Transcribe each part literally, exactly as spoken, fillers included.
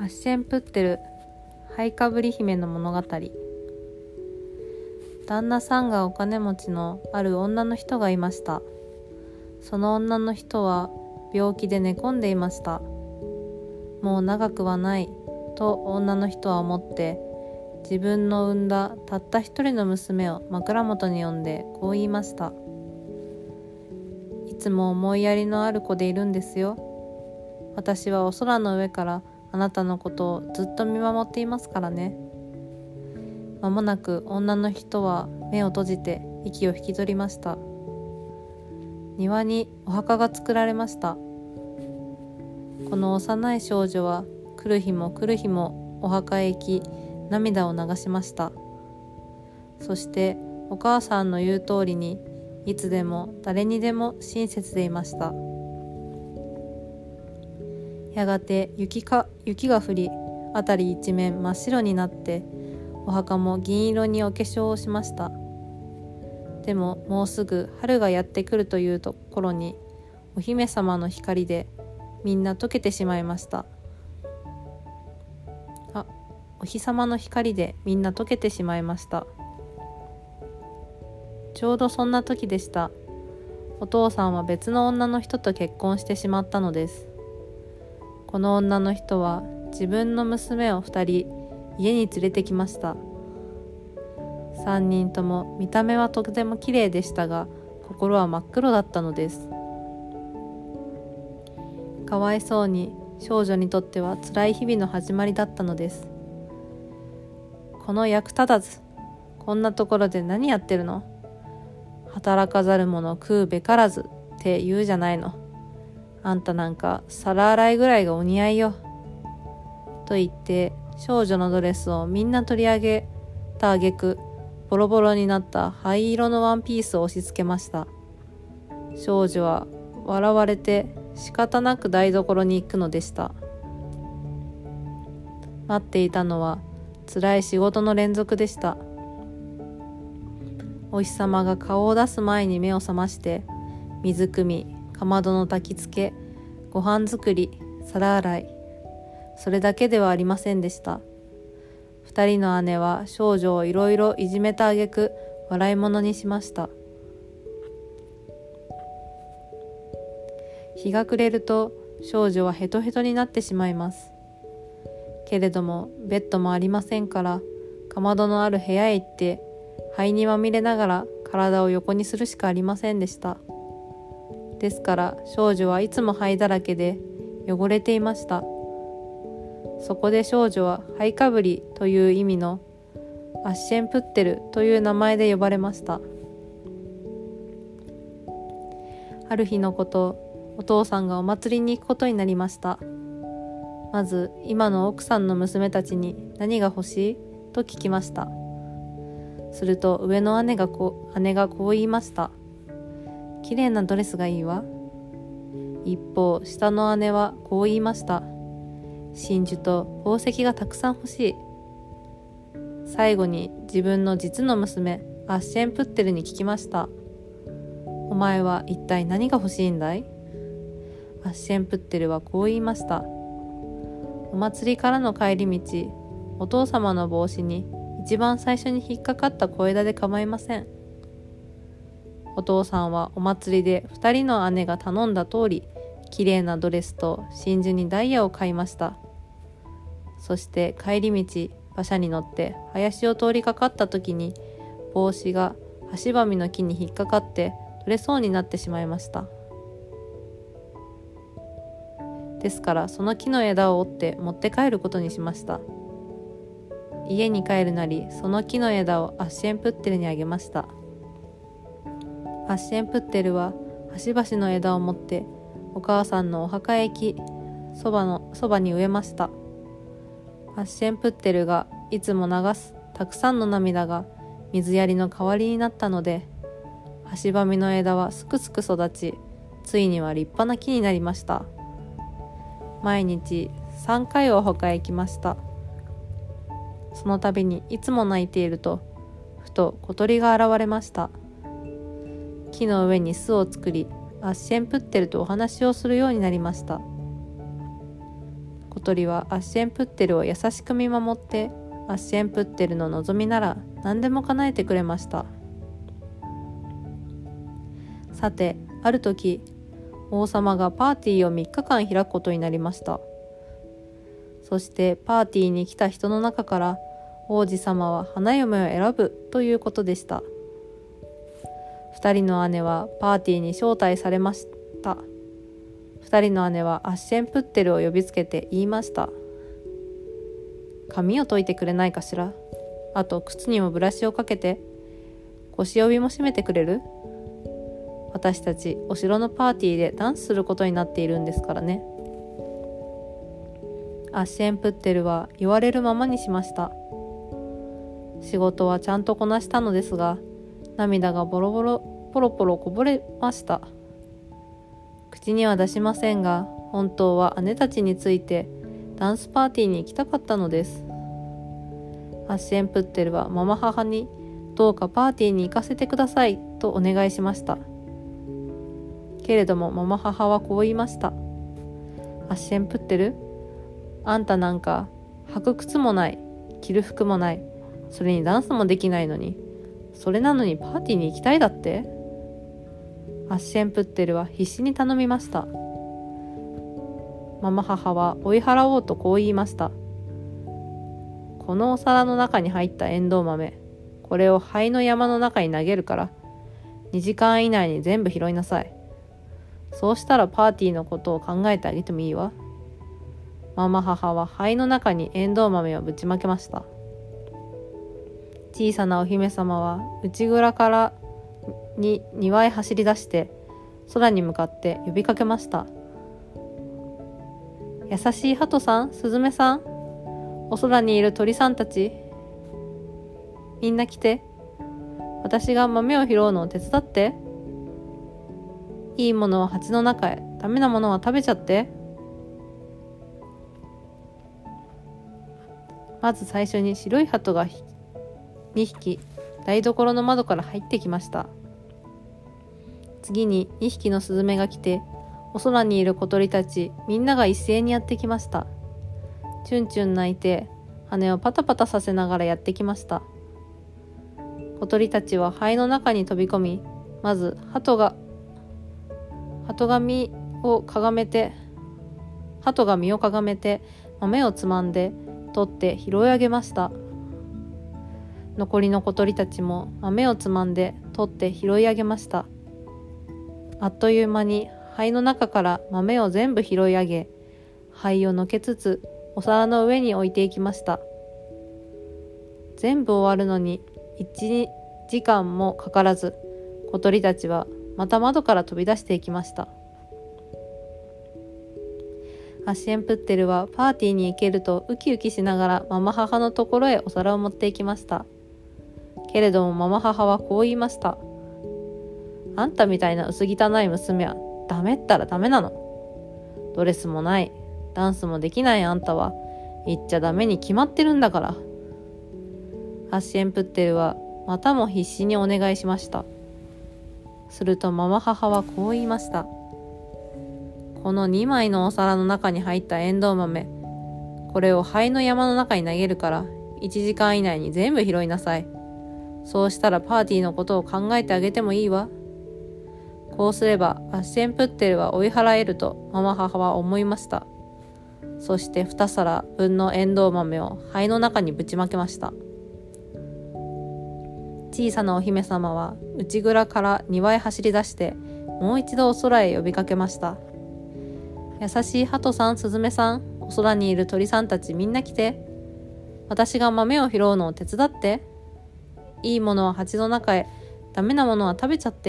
アッシェンプッテル、ハイカブリ姫の物語。旦那さんがお金持ちのある女の人がいました。その女の人は病気で寝込んでいました。もう長くはないと女の人は思って自分の産んだたった一人の娘を枕元に呼んでこう言いました。いつも思いやりのある子でいるんですよ。私はお空の上からあなたのことをずっと見守っていますからね。まもなく女の人は目を閉じて息を引き取りました。庭にお墓が作られました。この幼い少女は来る日も来る日もお墓へ行き涙を流しました。そしてお母さんの言う通りにいつでも誰にでも親切でいました。やがて雪か雪が降り、辺り一面真っ白になってお墓も銀色にお化粧をしました。でももうすぐ春がやってくるというところにお姫様の光でみんな溶けてしまいました。あ、お日様の光でみんな溶けてしまいました。ちょうどそんな時でした。お父さんは別の女の人と結婚してしまったのです。この女の人は自分の娘を二人家に連れてきました。三人とも見た目はとても綺麗でしたが、心は真っ黒だったのです。かわいそうに少女にとっては辛い日々の始まりだったのです。この役立たず、こんなところで何やってるの？働かざる者食うべからずって言うじゃないの。あんたなんか皿洗いぐらいがお似合いよ。と言って少女のドレスをみんな取り上げた挙句、ボロボロになった灰色のワンピースを押し付けました。少女は笑われて仕方なく台所に行くのでした。待っていたのは辛い仕事の連続でした。お日様が顔を出す前に目を覚まして水汲み、かまどの焚き付け、ご飯作り、皿洗い、それだけではありませんでした。二人の姉は少女をいろいろいじめた挙句笑い物にしました。日が暮れると少女はヘトヘトになってしまいます。けれどもベッドもありませんから、かまどのある部屋へ行って灰にまみれながら体を横にするしかありませんでした。ですから少女はいつも灰だらけで汚れていました。そこで少女は灰かぶりという意味のアッシェンプッテルという名前で呼ばれました。ある日のこと、お父さんがお祭りに行くことになりました。まず今の奥さんの娘たちに何が欲しいと聞きました。すると上の姉がこう姉がこう言いました。きれいなドレスがいいわ。一方下の姉はこう言いました。真珠と宝石がたくさん欲しい。最後に自分の実の娘アッシェンプッテルに聞きました。お前は一体何が欲しいんだい？アッシェンプッテルはこう言いました。お祭りからの帰り道、お父様の帽子に一番最初に引っかかった小枝で構いません。お父さんはお祭りで二人の姉が頼んだ通り、きれいなドレスと真珠にダイヤを買いました。そして帰り道、馬車に乗って林を通りかかった時に帽子が橋ばみの木に引っかかって取れそうになってしまいました。ですからその木の枝を折って持って帰ることにしました。家に帰るなりその木の枝をアッシェンプッテルにあげました。アッシェンプッテルは端々の枝を持ってお母さんのお墓へ行き、そばのそばに植えました。アッシェンプッテルがいつも流すたくさんの涙が水やりの代わりになったので、端ばみの枝はすくすく育ち、ついには立派な木になりました。毎日さんかいお墓へ行きました。その度にいつも泣いていると、ふと小鳥が現れました。木の上に巣を作り、アッシェンプッテルとお話をするようになりました。 小鳥はアッシェンプッテルを優しく見守って、アッシェンプッテルの望みなら何でも叶えてくれました。さて、ある時、王様がパーティーをみっかかん開くことになりました。そしてパーティーに来た人の中から王子様は花嫁を選ぶということでした。二人の姉はパーティーに招待されました。二人の姉はアッシェンプッテルを呼びつけて言いました。髪を解いてくれないかしら。あと靴にもブラシをかけて、腰帯も締めてくれる？私たちお城のパーティーでダンスすることになっているんですからね。アッシェンプッテルは言われるままにしました。仕事はちゃんとこなしたのですが、涙がボロボロポロポロこぼれました。口には出しませんが、本当は姉たちについてダンスパーティーに行きたかったのです。アッシェンプッテルはママ母にどうかパーティーに行かせてくださいとお願いしました。けれどもママ母はこう言いました。アッシェンプッテル、あんたなんか履く靴もない、着る服もない、それにダンスもできないのに、それなのにパーティーに行きたいだって？アッシェンプッテルは必死に頼みました。ママ母は追い払おうとこう言いました。このお皿の中に入ったエンドウ豆、これを灰の山の中に投げるから、にじかん以内に全部拾いなさい。そうしたらパーティーのことを考えてあげてもいいわ。ママ母は灰の中にエンドウ豆をぶちまけました。小さなお姫様は内蔵からに庭へ走り出して空に向かって呼びかけました。優しい鳩さん、スズメさん、お空にいる鳥さんたち、みんな来て、私が豆を拾うのを手伝って。いいものは鉢の中へ、ダメなものは食べちゃって。まず最初に白い鳩がにひき台所の窓から入ってきました。次ににひきのスズメが来て、お空にいる小鳥たちみんなが一斉にやってきました。チュンチュン鳴いて羽をパタパタさせながらやってきました。小鳥たちは灰の中に飛び込み、まず鳩が鳩が身をかがめて鳩が身をかがめて豆をつまんで取って拾い上げました。残りの小鳥たちも豆をつまんで取って拾い上げました。あっという間に灰の中から豆を全部拾い上げ、灰をのけつつお皿の上に置いていきました。全部終わるのにいちじかんもかからず、小鳥たちはまた窓から飛び出していきました。アッシェンプッテルはパーティーに行けるとウキウキしながらママ母のところへお皿を持っていきました。けれどもママ母はこう言いました。あんたみたいな薄汚い娘はダメったらダメなの。ドレスもない、ダンスもできないあんたは言っちゃダメに決まってるんだから。アッシェンプッテルはまたも必死にお願いしました。するとママ母はこう言いました。このにまいのお皿の中に入ったエンドウ豆、これを灰の山の中に投げるからいちじかん以内に全部拾いなさい。そうしたらパーティーのことを考えてあげてもいいわ。こうすればアッシェンプッテルは追い払えるとママ母は思いました。そしてにさらぶんのエンドウ豆を灰の中にぶちまけました。小さなお姫様は内蔵から庭へ走り出してもう一度お空へ呼びかけました。優しい鳩さん、スズメさん、お空にいる鳥さんたちみんな来て。私が豆を拾うのを手伝って。いいものは鉢の中へ、ダメなものは食べちゃって。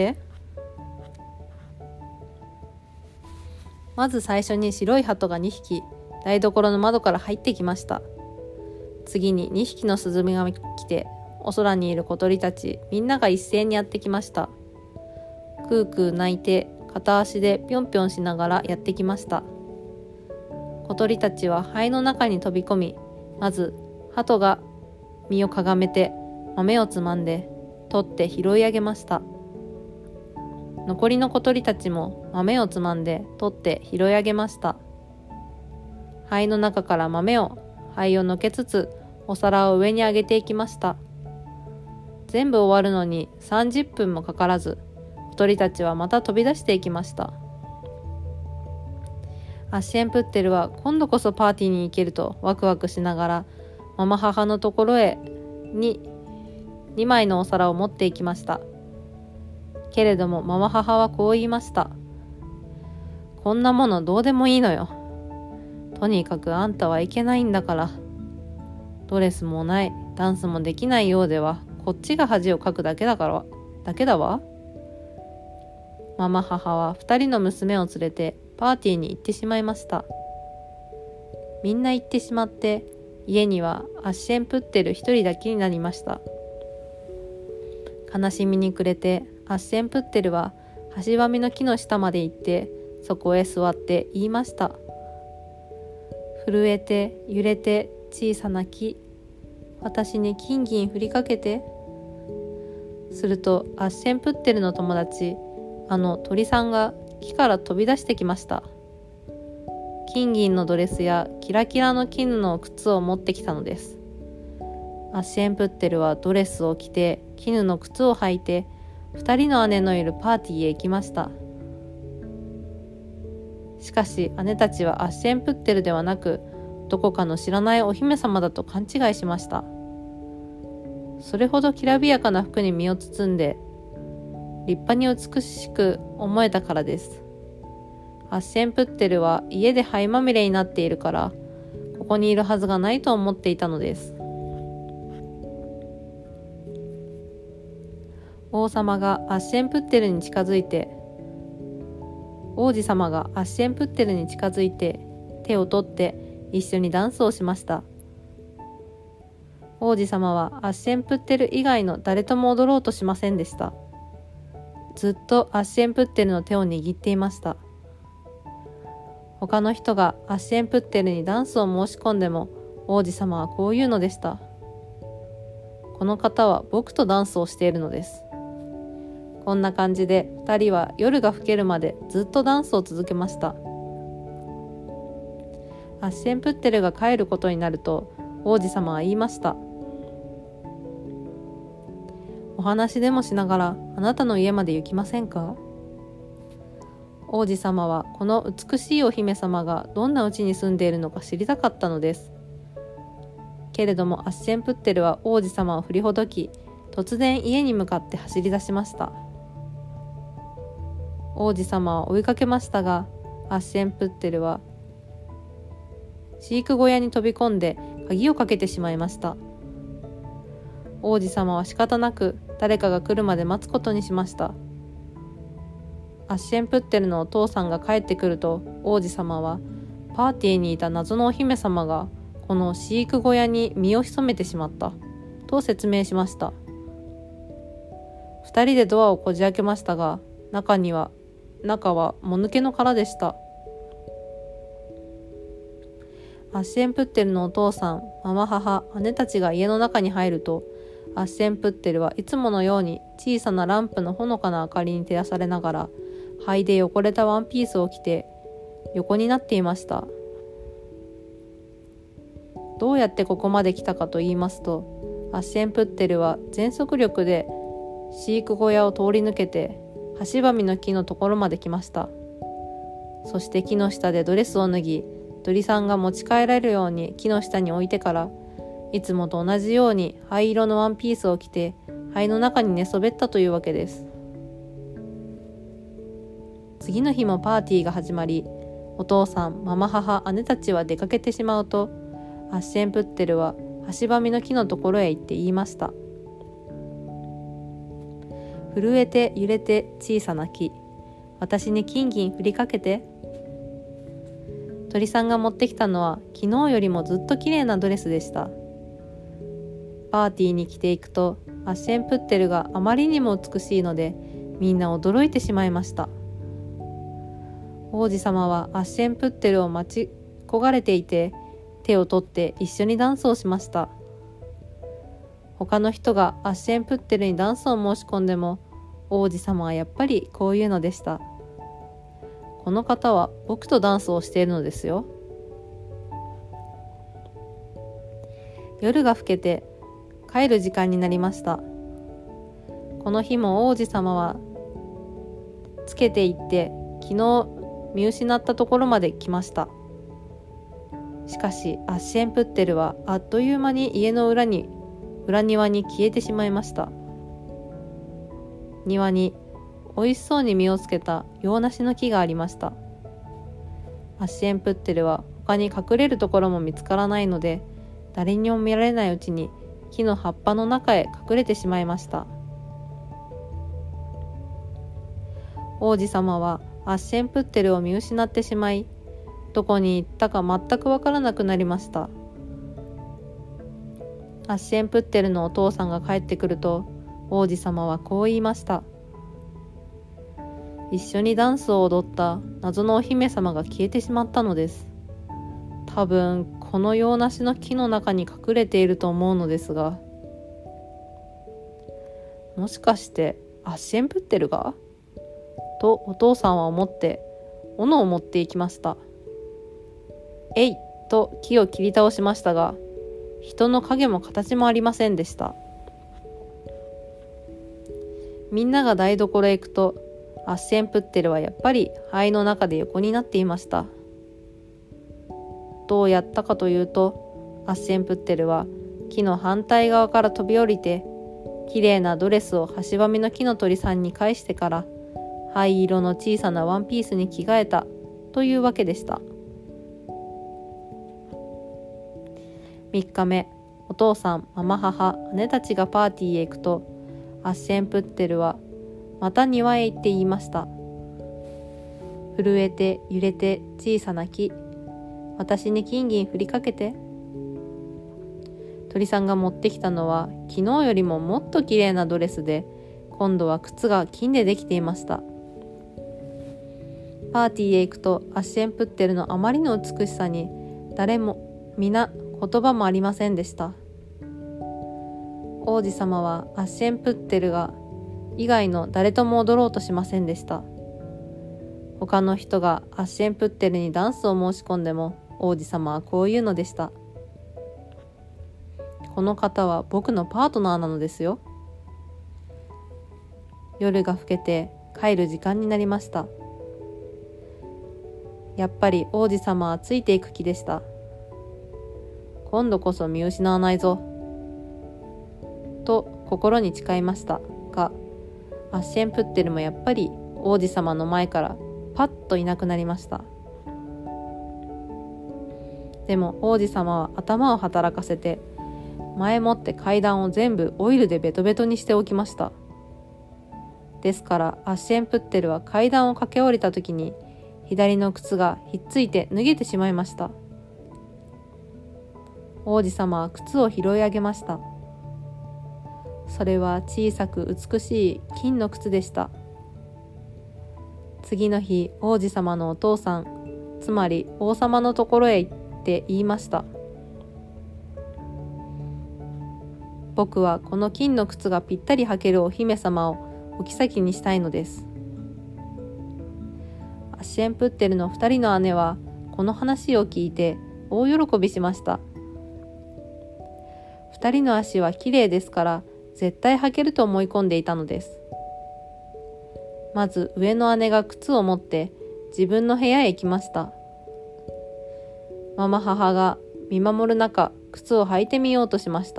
まず最初に白い鳩がにひき、台所の窓から入ってきました。次ににひきのスズメが来て、お空にいる小鳥たちみんなが一斉にやってきました。クークー鳴いて片足でぴょんぴょんしながらやってきました。小鳥たちは灰の中に飛び込み、まず鳩が身をかがめて豆をつまんで取って拾い上げました。残りの小鳥たちも豆をつまんで取って拾い上げました。 灰の中から豆を灰をのけつつお皿を上に上げていきました。全部終わるのにさんじゅっぷんもかからず、小鳥たちはまた飛び出していきました。アッシェンプッテルは今度こそパーティーに行けるとワクワクしながらママ母のところへににまいのお皿を持っていきました。けれどもママ母はこう言いました。こんなものどうでもいいのよ。とにかくあんたはいけないんだから。ドレスもない、ダンスもできないようでは、こっちが恥をかくだけだから、だけだわ。ママ母は二人の娘を連れてパーティーに行ってしまいました。みんな行ってしまって、家にはアッシェンプッテル一人だけになりました。悲しみに暮れて、アッシェンプッテルは橋ばみの木の下まで行って、そこへ座って言いました。震えて揺れて小さな木、私に金銀振りかけて。するとアッシェンプッテルの友達、あの鳥さんが木から飛び出してきました。金銀のドレスやキラキラの絹の靴を持ってきたのです。アッシェンプッテルはドレスを着て絹の靴を履いて二人の姉のいるパーティーへ行きました。しかし姉たちはアッシェンプッテルではなく、どこかの知らないお姫様だと勘違いしました。それほどきらびやかな服に身を包んで立派に美しく思えたからです。アッシェンプッテルは家で灰まみれになっているから、ここにいるはずがないと思っていたのです。王様がアッシェンプッテルに近づいて王子様がアッシェンプッテルに近づいて手を取って一緒にダンスをしました。王子様はアッシェンプッテル以外の誰とも踊ろうとしませんでした。ずっとアッシェンプッテルの手を握っていました。他の人がアッシェンプッテルにダンスを申し込んでも、王子様はこう言うのでした。この方は僕とダンスをしているのです。こんな感じで二人は夜が更けるまでずっとダンスを続けました。アッシェンプッテルが帰ることになると、王子様は言いました。お話でもしながらあなたの家まで行きませんか？王子様はこの美しいお姫様がどんな家に住んでいるのか知りたかったのです。けれどもアッシェンプッテルは王子様を振りほどき、突然家に向かって走り出しました。王子様は追いかけましたが、アッシェンプッテルは飼育小屋に飛び込んで鍵をかけてしまいました。王子様は仕方なく誰かが来るまで待つことにしました。アッシェンプッテルのお父さんが帰ってくると、王子様はパーティーにいた謎のお姫様がこの飼育小屋に身を潜めてしまったと説明しました。二人でドアをこじ開けましたが、中には中はもぬけの殻でした。アッシェンプッテルのお父さん、ママ母、姉たちが家の中に入ると、アッシェンプッテルはいつものように小さなランプのほのかな明かりに照らされながら、灰で汚れたワンピースを着て横になっていました。どうやってここまで来たかと言いますと、アッシェンプッテルは全速力で飼育小屋を通り抜けて橋ばみの木のところまで来ました。そして木の下でドレスを脱ぎ、鳥さんが持ち帰られるように木の下に置いてから、いつもと同じように灰色のワンピースを着て灰の中に寝そべったというわけです。次の日もパーティーが始まり、お父さん、ママ母、姉たちは出かけてしまうと、アッシェンプッテルは橋ばみの木のところへ行って言いました。震えて揺れて小さな木、私に金銀振りかけて。鳥さんが持ってきたのは昨日よりもずっと綺麗なドレスでした。パーティーに着ていくと、アッシェンプッテルがあまりにも美しいので、みんな驚いてしまいました。王子様はアッシェンプッテルを待ち焦がれていて、手を取って一緒にダンスをしました。他の人がアッシェンプッテルにダンスを申し込んでも、王子様はやっぱりこういうのでした。この方は僕とダンスをしているのですよ。 夜が更けて帰る時間になりました。この日も王子様はつけていって昨日見失ったところまで来ました。しかしアッシェンプッテルはあっという間に家の裏に裏庭に消えてしまいました。庭においしそうに実をつけた洋梨の木がありました。アッシェンプッテルは他に隠れるところも見つからないので、誰にも見られないうちに木の葉っぱの中へ隠れてしまいました。王子様はアッシェンプッテルを見失ってしまい、どこに行ったか全くわからなくなりました。アッシェンプッテルのお父さんが帰ってくると、王子様はこう言いました。一緒にダンスを踊った謎のお姫様が消えてしまったのです。多分この洋梨の木の中に隠れていると思うのですが、もしかしてアッシェンプッテルがとお父さんは思って斧を持っていきました。えいと木を切り倒しましたが、人の影も形もありませんでした。みんなが台所へ行くと、アッシェンプッテルはやっぱり灰の中で横になっていました。どうやったかというと、アッシェンプッテルは木の反対側から飛び降りて、きれいなドレスを端ばみの木の鳥さんに返してから、灰色の小さなワンピースに着替えたというわけでした。みっかめ、お父さん、ママ母、姉たちがパーティーへ行くと、アッシェンプッテルはまた庭へ行って言いました。震えて揺れて小さな木、私に金銀振りかけて。鳥さんが持ってきたのは昨日よりももっと綺麗なドレスで、今度は靴が金でできていました。パーティーへ行くとアッシェンプッテルのあまりの美しさに誰も皆言葉もありませんでした。王子様はアッシェンプッテルが以外の誰とも踊ろうとしませんでした。他の人がアッシェンプッテルにダンスを申し込んでも王子様はこう言うのでした。この方は僕のパートナーなのですよ。夜が更けて帰る時間になりました。やっぱり王子様はついていく気でした。今度こそ見失わないぞと心に誓いましたが、アッシェンプッテルもやっぱり王子様の前からパッといなくなりました。でも王子様は頭を働かせて前もって階段を全部オイルでベトベトにしておきました。ですからアッシェンプッテルは階段を駆け下りた時に左の靴がひっついて脱げてしまいました。王子様は靴を拾い上げました。それは小さく美しい金の靴でした。次の日、王子様のお父さん、つまり王様のところへ行って言いました。僕はこの金の靴がぴったり履けるお姫様をお妃にしたいのです。アッシェンプッテルの二人の姉はこの話を聞いて大喜びしました。二人の足はきれいですから絶対履けると思い込んでいたのです。まず上の姉が靴を持って自分の部屋へ行きました。ママ母が見守る中、靴を履いてみようとしました。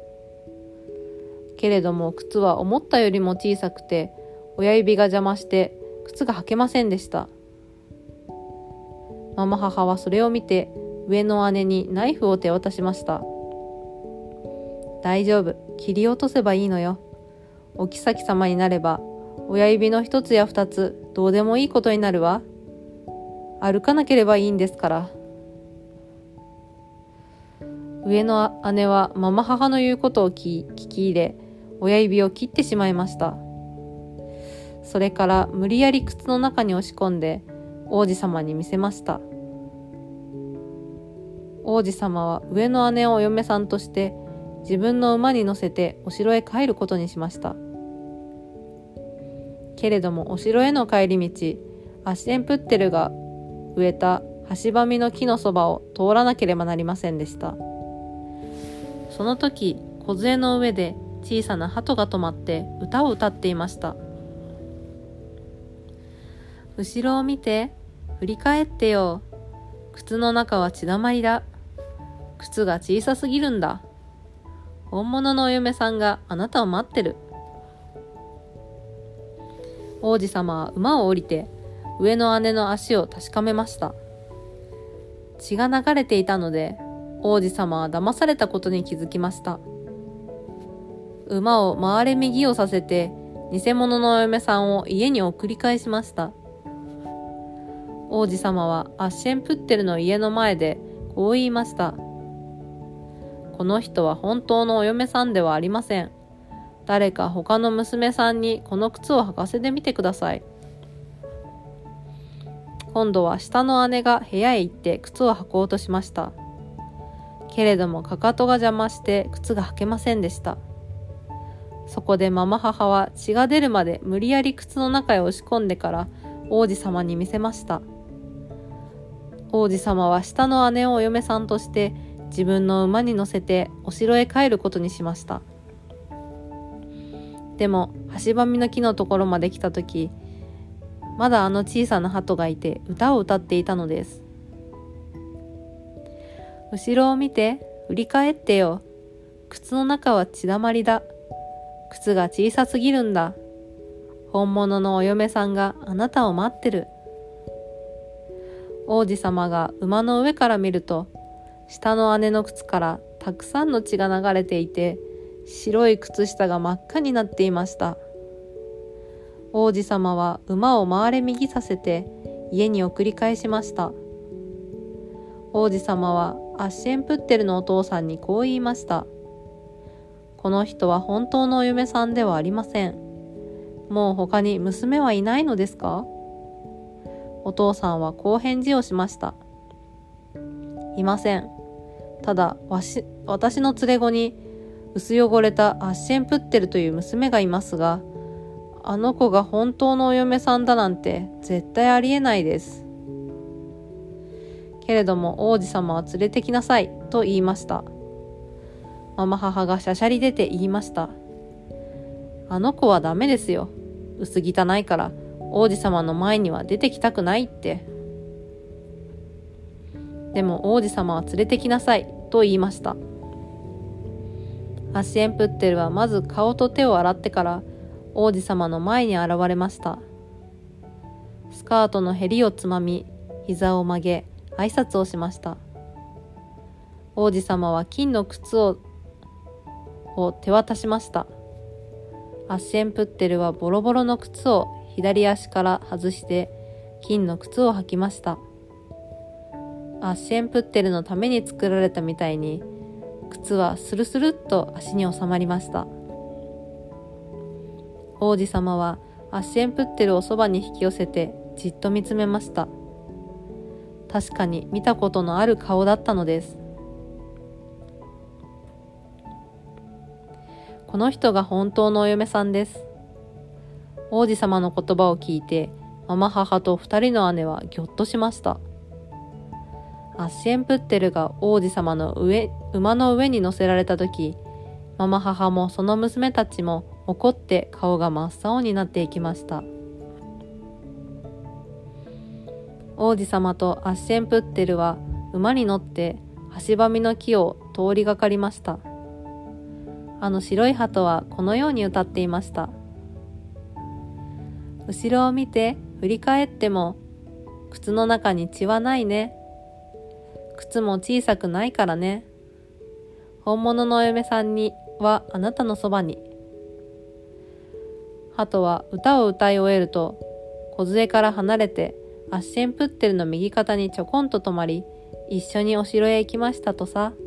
けれども靴は思ったよりも小さくて親指が邪魔して靴が履けませんでした。ママ母はそれを見て上の姉にナイフを手渡しました。大丈夫、切り落とせばいいのよ。お妃様になれば親指の一つや二つどうでもいいことになるわ。歩かなければいいんですから。上の姉はママ母の言うことを聞き入れ、親指を切ってしまいました。それから無理やり靴の中に押し込んで王子様に見せました。王子様は上の姉をお嫁さんとして自分の馬に乗せてお城へ帰ることにしました。けれどもお城への帰り道、アッシェンプッテルが植えた端ばみの木のそばを通らなければなりませんでした。 その時、梢の上で小さな鳩が止まって歌を歌っていました。後ろを見て、振り返ってよ。靴の中は血だまりだ。靴が小さすぎるんだ。本物のお嫁さんがあなたを待ってる。王子様は馬を降りて、上の姉の足を確かめました。血が流れていたので、王子様は騙されたことに気づきました。馬を回れ右をさせて、偽物のお嫁さんを家に送り返しました。王子様はアッシェンプッテルの家の前でこう言いました。この人は本当のお嫁さんではありません。誰か他の娘さんにこの靴を履かせてみてください。今度は下の姉が部屋へ行って靴を履こうとしました。けれどもかかとが邪魔して靴が履けませんでした。そこでママ母は血が出るまで無理やり靴の中へ押し込んでから王子様に見せました。王子様は下の姉をお嫁さんとして自分の馬に乗せてお城へ帰ることにしました。でも橋ばみの木のところまで来たとき、まだあの小さな鳩がいて歌を歌っていたのです。後ろを見て、振り返ってよ。靴の中は血だまりだ。靴が小さすぎるんだ。本物のお嫁さんがあなたを待ってる。王子様が馬の上から見ると、下の姉の靴からたくさんの血が流れていて、白い靴下が真っ赤になっていました。王子様は馬を回れ右させて家に送り返しました。王子様はアッシェンプッテルのお父さんにこう言いました。この人は本当のお嫁さんではありません。もう他に娘はいないのですか？お父さんはこう返事をしました。いません。ただわし、私の連れ子に薄汚れたアッシェンプッテルという娘がいますが、あの子が本当のお嫁さんだなんて絶対ありえないです。けれども王子様は連れてきなさいと言いました。ママ母がしゃしゃり出て言いました。あの子はダメですよ。薄汚いから王子様の前には出てきたくないって。でも王子様は連れてきなさいと言いました。アッシェンプッテルはまず顔と手を洗ってから王子様の前に現れました。スカートのへりをつまみ、膝を曲げ、挨拶をしました。王子様は金の靴をを手渡しました。アッシェンプッテルはボロボロの靴を左足から外して金の靴を履きました。アッシェンプッテルのために作られたみたいに靴はスルスルっと足に収まりました。王子様はアッシェンプッテルをそばに引き寄せてじっと見つめました。確かに見たことのある顔だったのです。この人が本当のお嫁さんです。王子様の言葉を聞いて、ママ母と二人の姉はぎょっとしました。アッシェンプッテルが王子様の上、馬の上に乗せられたとき、ママ母もその娘たちも怒って顔が真っ青になっていきました。王子様とアッシェンプッテルは馬に乗って橋ばみの木を通りがかりました。あの白い鳩はこのように歌っていました。後ろを見て振り返っても靴の中に血はないね。靴も小さくないからね。本物のお嫁さんにはあなたのそばに。鳩は歌を歌い終えると梢から離れてアッシェンプッテルの右肩にちょこんと止まり、一緒にお城へ行きましたとさ。